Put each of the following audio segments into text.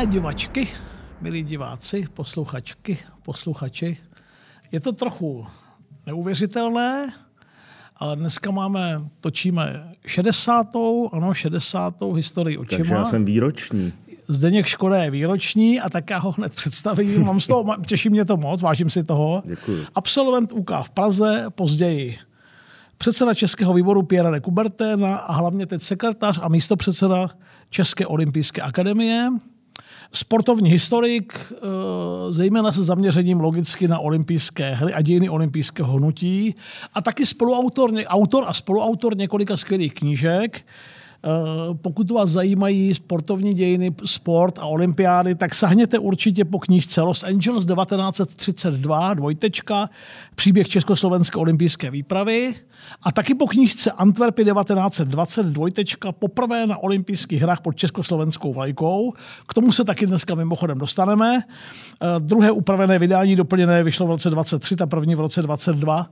Milé divačky, milí diváci, posluchači, je to trochu neuvěřitelné, ale dneska točíme 60. historii očima. Takže já jsem výroční. Zdeněk Škoda je výroční a tak já ho hned představím. Těší mě to moc, vážím si toho. Děkuji. Absolvent UK v Praze, později předseda Českého výboru Pierre de Coubertin a hlavně teď sekretář a místopředseda České olympijské akademie. Sportovní historik, zejména se zaměřením logicky na olympijské hry a dějiny olympijského hnutí. A taky autor a spoluautor několika skvělých knížek. Pokud vás zajímají sportovní dějiny, sport a olympiády, tak sahněte určitě po knížce Los Angeles 1932, příběh československé olympijské výpravy a taky po knížce Antwerpy 1920, poprvé na olympijských hrách pod československou vlajkou. K tomu se taky dneska mimochodem dostaneme. Druhé upravené vydání doplněné vyšlo v roce 23, ta první v roce 22.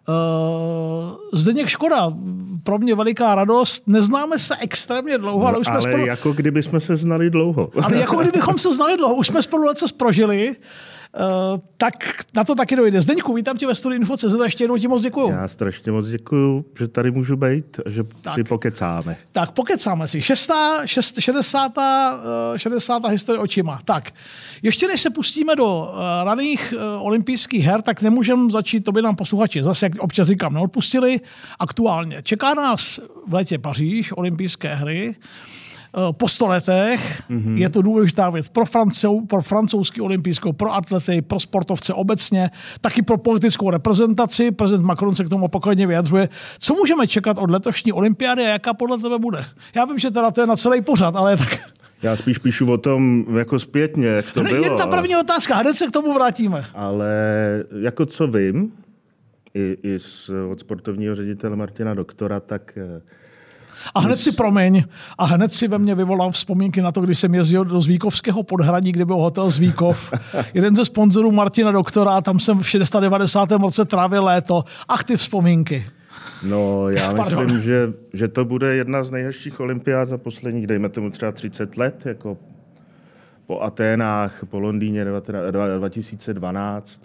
Zdeněk Škoda, pro mě veliká radost. Neznáme se extrémně dlouho, ale už jsme spolu... jako kdybychom se znali dlouho. Ale jako kdybychom se znali dlouho, už jsme spolu lecos prožili, tak na to taky dojde. Zdeňku, vítám tě ve studiu Info.cz a ještě jednou ti moc děkuju. Já strašně moc děkuju, že tady můžu být a že si pokecáme. Tak, pokecáme si. 60. historie očima. Tak, ještě než se pustíme do raných olympijských her, tak nemůžeme začít, to by nám posluchači zase, jak občas říkám, neodpustili. Aktuálně čeká nás v létě Paříž, olympijské hry. Po 100 letech je to důležitá věc pro francouzský olympijskou, pro atlety, pro sportovce obecně, taky pro politickou reprezentaci. Prezident Macron se k tomu opakovaně vyjadřuje. Co můžeme čekat od letošní olympiády a jaká podle tebe bude? Já vím, že teda to je na celý pořad, ale tak... Já spíš píšu o tom jako zpětně, jak to bylo. Jen ta první otázka, hned se k tomu vrátíme. Ale jako co vím, i od sportovního ředitele Martina Doktora, tak... A hned si ve mně vyvolal vzpomínky na to, když jsem jezdil do Zvíkovského podhradí, kde byl hotel Zvíkov. Jeden ze sponzorů Martina Doktora, tam jsem v 90. roce trávil léto. Ach, ty vzpomínky. No, já myslím, že to bude jedna z nejhezčích olympiád za posledních, dejme tomu třeba 30 let, jako po Aténách, po Londýně 2012.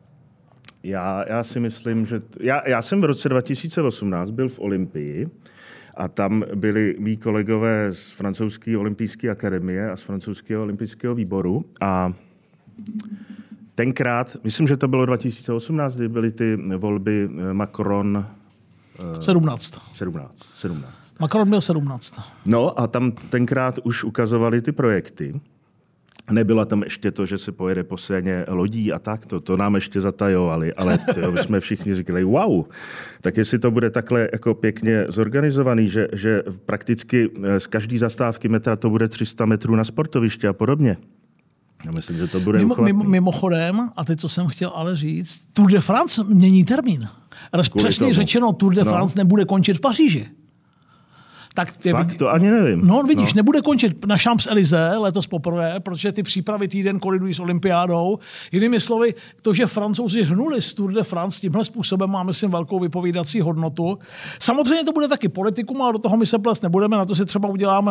Já si myslím, že... Já jsem v roce 2018 byl v Olympii, a tam byli mý kolegové z francouzské olympijské akademie a z francouzského olympijského výboru. A tenkrát, myslím, že to bylo 2018, kdy byly ty volby Macron... 17. Macron byl 17. No a tam tenkrát už ukazovali ty projekty. Nebyla tam ještě to, že se pojede po Seně lodí a tak, to nám ještě zatajovali, ale my jsme všichni říkali, wow, tak jestli to bude takhle jako pěkně zorganizovaný, že prakticky z každé zastávky metra to bude 300 metrů na sportoviště a podobně. Já myslím, že to bude Mimochodem, a teď co jsem chtěl ale říct, Tour de France mění termín. Přesně řečeno, Tour de France nebude končit v Paříži. Fakt, to ani nevím. No, vidíš, nebude končit na Champs-Élysées letos poprvé, protože ty přípravy týden kolidují s olympiádou. Jinými slovy, to, že Francouzi hnuli z Tour de France tímhle způsobem, má, myslím, velkou vypovídací hodnotu. Samozřejmě to bude taky politikum, ale do toho my se plést nebudeme, na to si třeba uděláme.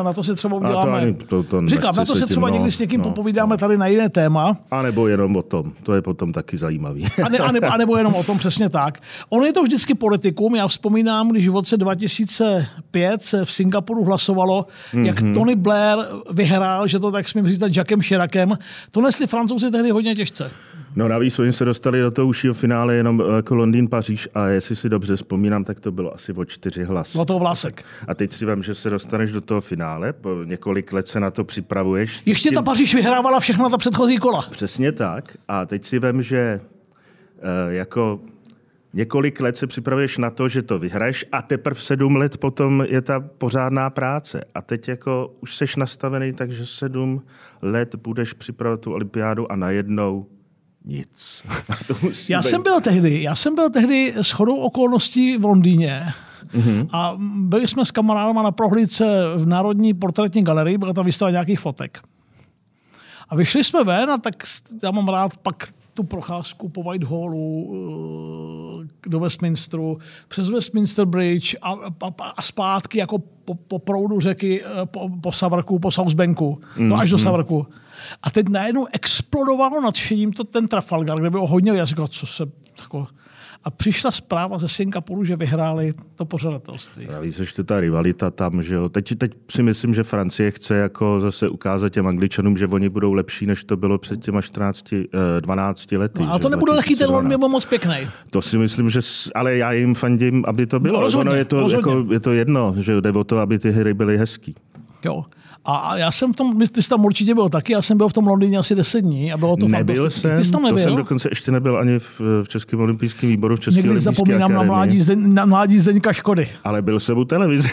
Říkám, na to se třeba někdy s někým popovídáme tady na jiné téma. A nebo jenom o tom, to je potom taky zajímavý. A nebo jenom o tom, přesně tak. Ono je to vždycky politikum, já vzpomínám, když v roce 2005 se v Singapuru hlasovalo, jak Tony Blair vyhrál, že to tak smím říct, Jacquem Chiracem. To nesli Francouzi tehdy hodně těžce. No navíc oni se dostali do toho užšího finále jenom jako Londýn-Paříž a jestli si dobře vzpomínám, tak to bylo asi o 4 hlasy. Bylo to vlásek. A teď si vem, že se dostaneš do toho finále, po několik let se na to připravuješ. Ještě ta Paříž vyhrávala všechno ta předchozí kola. Přesně tak. A teď si vem, že jako... Několik let se připravuješ na to, že to vyhraješ a teprve 7 let potom je ta pořádná práce. A teď jako už seš nastavený, takže 7 let budeš připravovat tu olympiádu a najednou nic. Já jsem byl tehdy shodou okolností v Londýně a byli jsme s kamarádama na prohlídce v Národní portrétní galerii, byla tam výstava nějakých fotek. A vyšli jsme ven a tak já mám rád pak tu procházku po Whitehallu do Westminsteru, přes Westminster Bridge a zpátky jako po proudu řeky po Savarku, po Southbanku, až do Savarku. A teď najednou explodovalo nadšením ten Trafalgar, kde bylo hodně jazyka, co se jako... A přišla zpráva ze Singapuru, že vyhráli to pořadatelství. A víš, že ta rivalita tam, že jo. Teď si myslím, že Francie chce jako zase ukázat těm Angličanům, že oni budou lepší, než to bylo před těma 12 lety. No, a to nebude lehký, ten Londýn byl moc pěkný. To si myslím, že... Ale já jim fandím, aby to bylo. No, rozhodně, je to jedno, že jde o to, aby ty hry byly hezký. Jo. A já jsem v tom, ty jsi tam určitě byl taky, já jsem byl v tom Londýně asi 10 dní a bylo to fantastické. Ty jsi tam nebyl? To jsem dokonce ještě nebyl ani v Českém olympijském výboru, v České olympijské akademii. Někdy zapomínám na mládí Zdeňka Škody. Ale byl jsem u televize.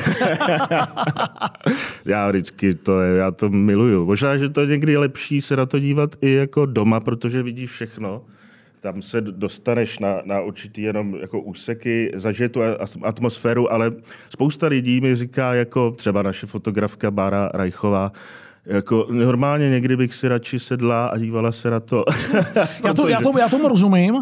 Já vždycky já to miluju. Možná, že to je někdy lepší se na to dívat i jako doma, protože vidíš všechno. Tam se dostaneš na určitý jenom jako úseky, zažije tu atmosféru, ale spousta lidí mi říká, jako třeba naše fotografka Bára Rajchová, jako normálně někdy bych si radši sedla a dívala se na to. Já tomu rozumím.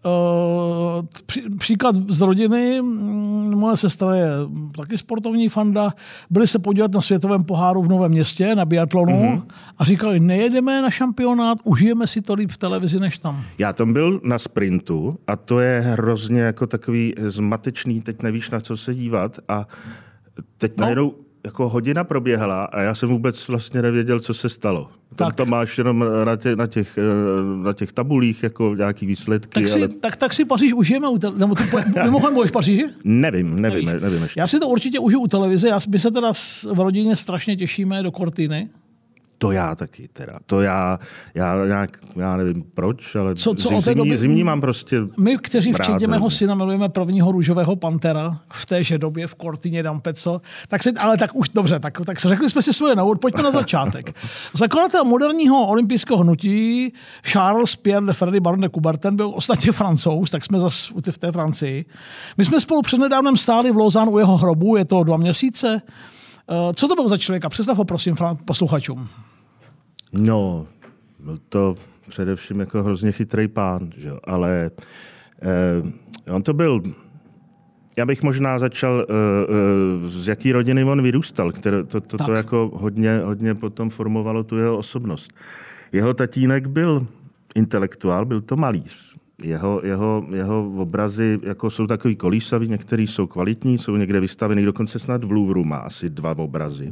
Příklad z rodiny, moje sestra je taky sportovní fanda, byli se podívat na světovém poháru v Novém Městě, na biatlonu a říkali, nejedeme na šampionát, užijeme si to líp v televizi než tam. Já tam byl na sprintu a to je hrozně jako takový zmatečný, teď nevíš, na co se dívat a teď najednou jako hodina proběhla a já jsem vůbec vlastně nevěděl, co se stalo. Tam to máš jenom na těch tabulích jako nějaký výsledky. Tak si Paříž užijeme. Mimochodem budeš v Paříži? Nevím ještě. Já si to určitě užiju u televize. My se teda v rodině strašně těšíme do Cortiny. To já taky teda. To já nevím proč, ale zimní mám prostě my, kteří včetně mého syna milujeme prvního růžového pantera v téže době v Cortině d'Ampezzo, tak už dobře, tak řekli jsme si svoje na úvod, pojďme na začátek. Zakladatel moderního olympijského hnutí Charles Pierre de Freddy Baron de Coubertin byl ostatně Francouz, tak jsme zase v té Francii. My jsme spolu přednedávnem stáli v Lausanne u jeho hrobu, je to 2 měsíce. Co to byl za člověka? Představ ho, prosím, posluchačům. No, byl to především jako hrozně chytrý pán, že? Ale on to byl... Já bych možná začal, z jaký rodiny on vyrůstal, které to jako hodně potom formovalo tu jeho osobnost. Jeho tatínek byl intelektuál, byl to malíř. Jeho obrazy jako jsou takový kolísavý, některý jsou kvalitní, jsou někde vystavený, dokonce snad v Louvru má asi 2 obrazy.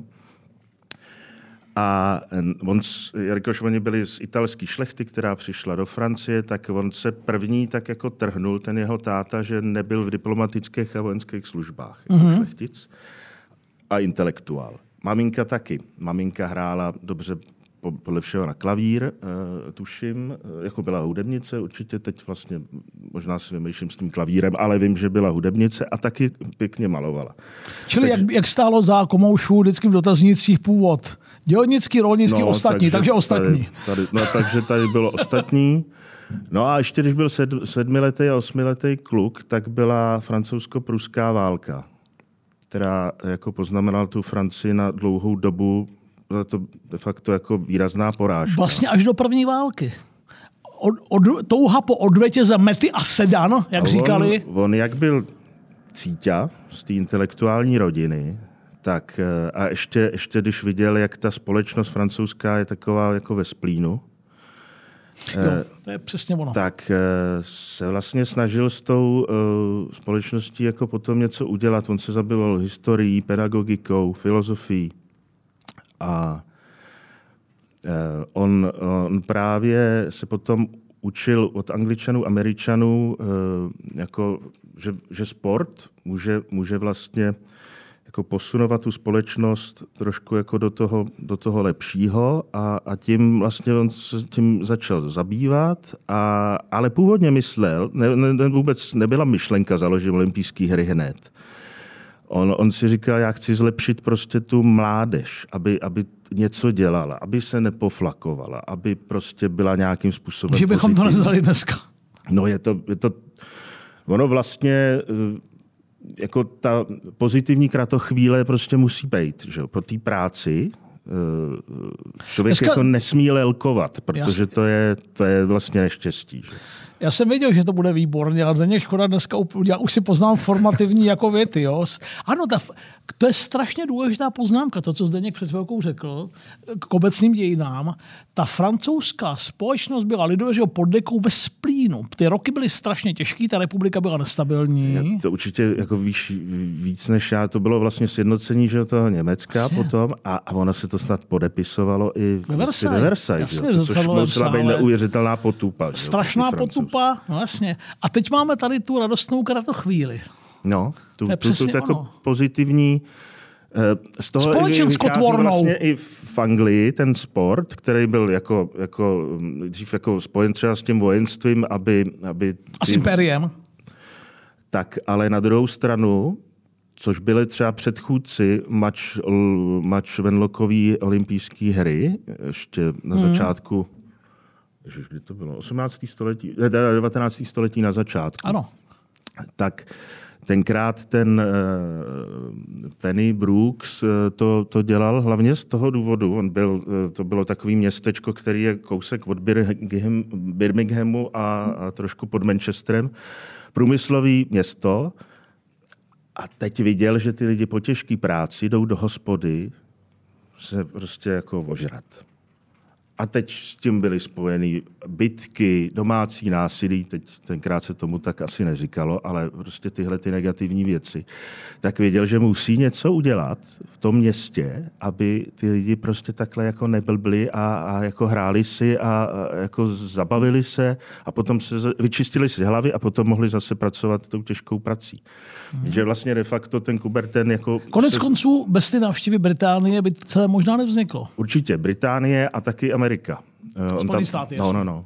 A jelikož oni byli z italské šlechty, která přišla do Francie, tak on se první tak jako trhnul, ten jeho táta, že nebyl v diplomatických a vojenských službách, jako šlechtic a intelektuál. Maminka taky. Maminka hrála dobře podle všeho na klavír, tuším, jako byla hudebnice, určitě teď vlastně, možná si vymýšlím s tím klavírem, ale vím, že byla hudebnice a taky pěkně malovala. Čili jak stálo za Komoušů vždycky v dotaznicích původ? Dělnický, rolnický, ostatní, takže ostatní. Takže tady bylo ostatní. No a ještě když byl 7letý a 8letý kluk, tak byla francouzsko-pruská válka, která jako poznamenala tu Francii na dlouhou dobu. Byla to de facto jako výrazná porážka. Vlastně až do první války. Touha po odvetě za mety a sedan, jak říkali. On jak byl cíťa z té intelektuální rodiny, tak a ještě když viděl, jak ta společnost francouzská je taková jako ve splínu, to je přesně ono. Tak se vlastně snažil s tou společností jako potom něco udělat. On se zabýval historií, pedagogikou, filozofií. A on právě se potom učil od Angličanů, Američanů, jako, že sport může vlastně jako posunovat tu společnost trošku jako do toho lepšího a tím vlastně on se tím začal zabývat, ale původně myslel, vůbec nebyla myšlenka založit olympijské hry hned. On si říkal, já chci zlepšit prostě tu mládež, aby něco dělala, aby se nepoflakovala, aby prostě byla nějakým způsobem že bychom pozitivní. To nezali dneska. No je to ono vlastně jako ta pozitivní kratochvíle prostě musí být, že po té práci, člověk jako nesmí lelkovat, protože to je vlastně neštěstí. Že? Já jsem věděl, že to bude výborně, ale Zdeněk Škoda dneska já už si poznám formativní jako věty. Jo? Ano, to je strašně důležitá poznámka, to, co Zdeněk před chvilkou řekl, k obecným dějinám. Ta francouzská společnost byla lidově pod dekou ve splínu. Ty roky byly strašně těžký, ta republika byla nestabilní. To určitě jako víc než já, to bylo vlastně sjednocení že toho Německa jasně. Potom a ono se to snad podepisovalo i ve Versailles. Což musela být neuvěřitelná potupa. Strašná potupa, no jasně. A teď máme tady tu radostnou kratochvíli. No, tu jako pozitivní z toho společenskotvornou. Vlastně i v Anglii ten sport, který byl jako dřív jako spojen třeba s tím vojenstvím, aby a s impériem. Tak, ale na druhou stranu, což byly třeba předchůdci Match Wenlockový olympijské hry, ještě na začátku, kdy to bylo, 19. století na začátku. Ano. Tak tenkrát ten Penny Brooks to dělal hlavně z toho důvodu. To bylo takový městečko, který je kousek od Birminghamu a trošku pod Manchesterem. Průmyslový město. A teď viděl, že ty lidi po těžké práci jdou do hospody se prostě jako ožrat. A teď s tím byly spojeny bitky, domácí násilí, teď tenkrát se tomu tak asi neříkalo, ale prostě tyhle ty negativní věci. Tak věděl, že musí něco udělat v tom městě, aby ty lidi prostě takhle jako neblbli a jako hráli si a jako zabavili se a potom se vyčistili si hlavy a potom mohli zase pracovat tou těžkou prací. Že vlastně de facto ten Coubertin jako... Konec konců bez ty návštěvy Británie by to celé možná nevzniklo. Určitě. Británie a taky Amerika. Spojené státy, No.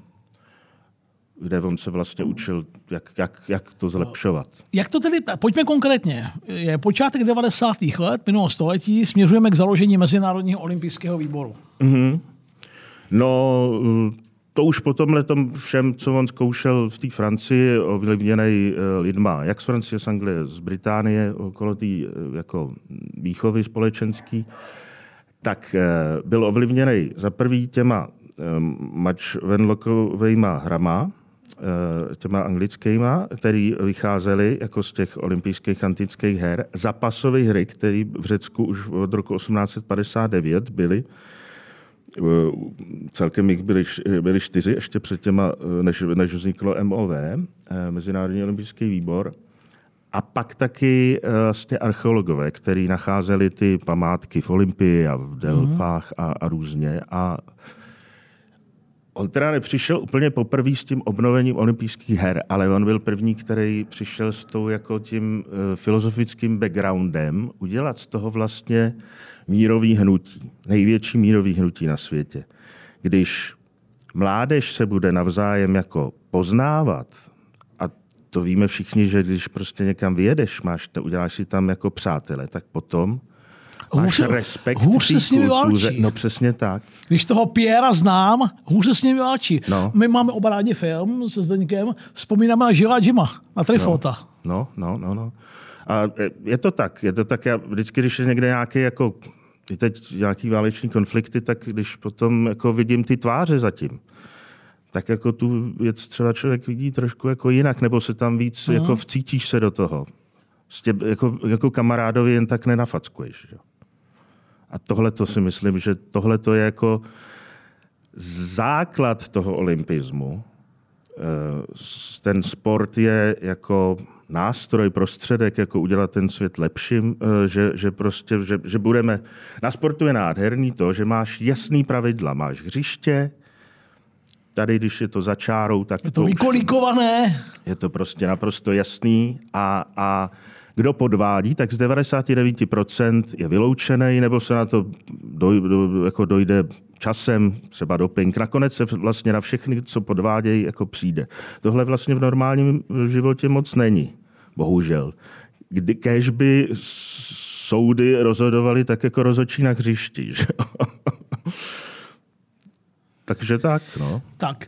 Kde on se vlastně učil, jak to zlepšovat. Jak to tedy, pojďme konkrétně. Je počátek 90. let minulého století, směřujeme k založení Mezinárodního olympijského výboru. Mm-hmm. No, to už po tomhletom všem, co on zkoušel v té Francii, ovlivněnej lidma, jak z Francie, z Anglie, z Británie, okolo té jako výchovy společenský, tak byl ovlivněný za prvý těma Match Wenlockovejma hrama, těma anglickýma, který vycházely jako z těch olympijských antických her, zápasové hry, které v Řecku už od roku 1859 byly. Celkem jich byly 4, ještě před těma, než vzniklo MOV, Mezinárodní olympijský výbor. A pak taky vlastně archeologové, kteří nacházeli ty památky v Olympii a v Delfách a různě. A on teda nepřišel úplně poprvé s tím obnovením olympijských her, ale on byl první, který přišel s tou jako tím filozofickým backgroundem udělat z toho vlastně mírový hnutí. Největší mírový hnutí na světě. Když mládež se bude navzájem jako poznávat, a to víme všichni, že když prostě někam vyjedeš, uděláš si tam jako přátele, tak potom máš respekt hůř se s nimi válčí. No přesně tak. Když toho Pierra znám, hůř se s nimi válčí. No. My máme oba rádi film se Zdeňkem, vzpomínáme na Žila Jima, na Trifota. No. A je to tak. Já vždycky, když je někde nějaký jako teď nějaký váleční konflikty, tak když potom jako vidím ty tváře zatím, tak jako tu věc třeba člověk vidí trošku jako jinak, nebo se tam víc jako vcítíš se do toho. Jako kamarádovi jen tak nenafackuješ. Jo? A tohle to si myslím, že tohle to je jako základ toho olympismu. Ten sport je jako nástroj, prostředek, jako udělat ten svět lepším, že budeme... Na sportu je nádherný to, že máš jasný pravidla. Máš hřiště, tady, když je to za čárou, tak je to vykolíkované. Je to prostě naprosto jasný a kdo podvádí, tak z 99% je vyloučený, nebo se na to dojde časem, třeba doping. Nakonec se vlastně na všechny, co podvádějí, jako přijde. Tohle vlastně v normálním životě moc není, bohužel. Kéž by soudy rozhodovaly tak jako rozhodčí na hřišti. Že? Takže tak, no. Tak.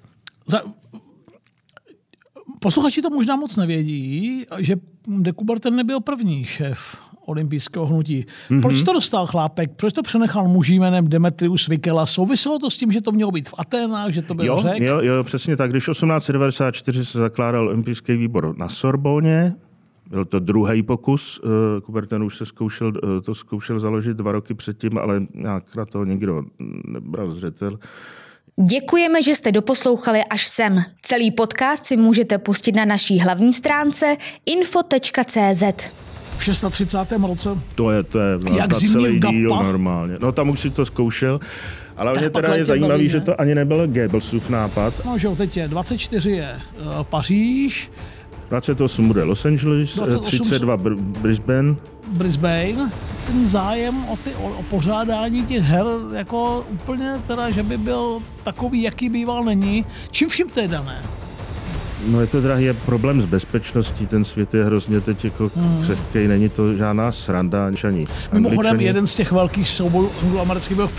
Posluchači to možná moc nevědí, že de Coubertin nebyl první šéf olympijského hnutí. Proč to dostal chlápek? Proč to přenechal muži jménem Demetrius Vikela? Souviselo to s tím, že to mělo být v Aténách, že to byl Řek? Jo, přesně tak. Když 1894 se zakládal olympijský výbor na Sorboně, byl to druhý pokus. Coubertin už se zkoušel založit 2 roky předtím, ale nějak na to nikdo nebral zřetel. Děkujeme, že jste doposlouchali až sem. Celý podcast si můžete pustit na naší hlavní stránce info.cz. V 36. roce. To je jak celý díl normálně. No tam už si to zkoušel, ale mě teda je zajímavý, že to ani nebyl Goebbelsův nápad. No, že jo, teď je 24 je Paříž, 28 bude Los Angeles, 32 Brisbane. Ten zájem o pořádání těch her jako úplně teda, že by byl takový, jaký býval, není. Čím vším to je dané? No je to drahý, je problém s bezpečností, ten svět je hrozně teď jako křehkej, není to žádná sranda, ani Mimochodem jeden z těch velkých soubojů angloamerických byl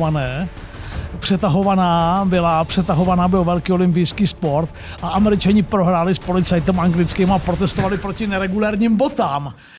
přetahovaná byl velký olympijský sport a Američani prohráli s policajtem anglickým a protestovali proti neregulérním botám.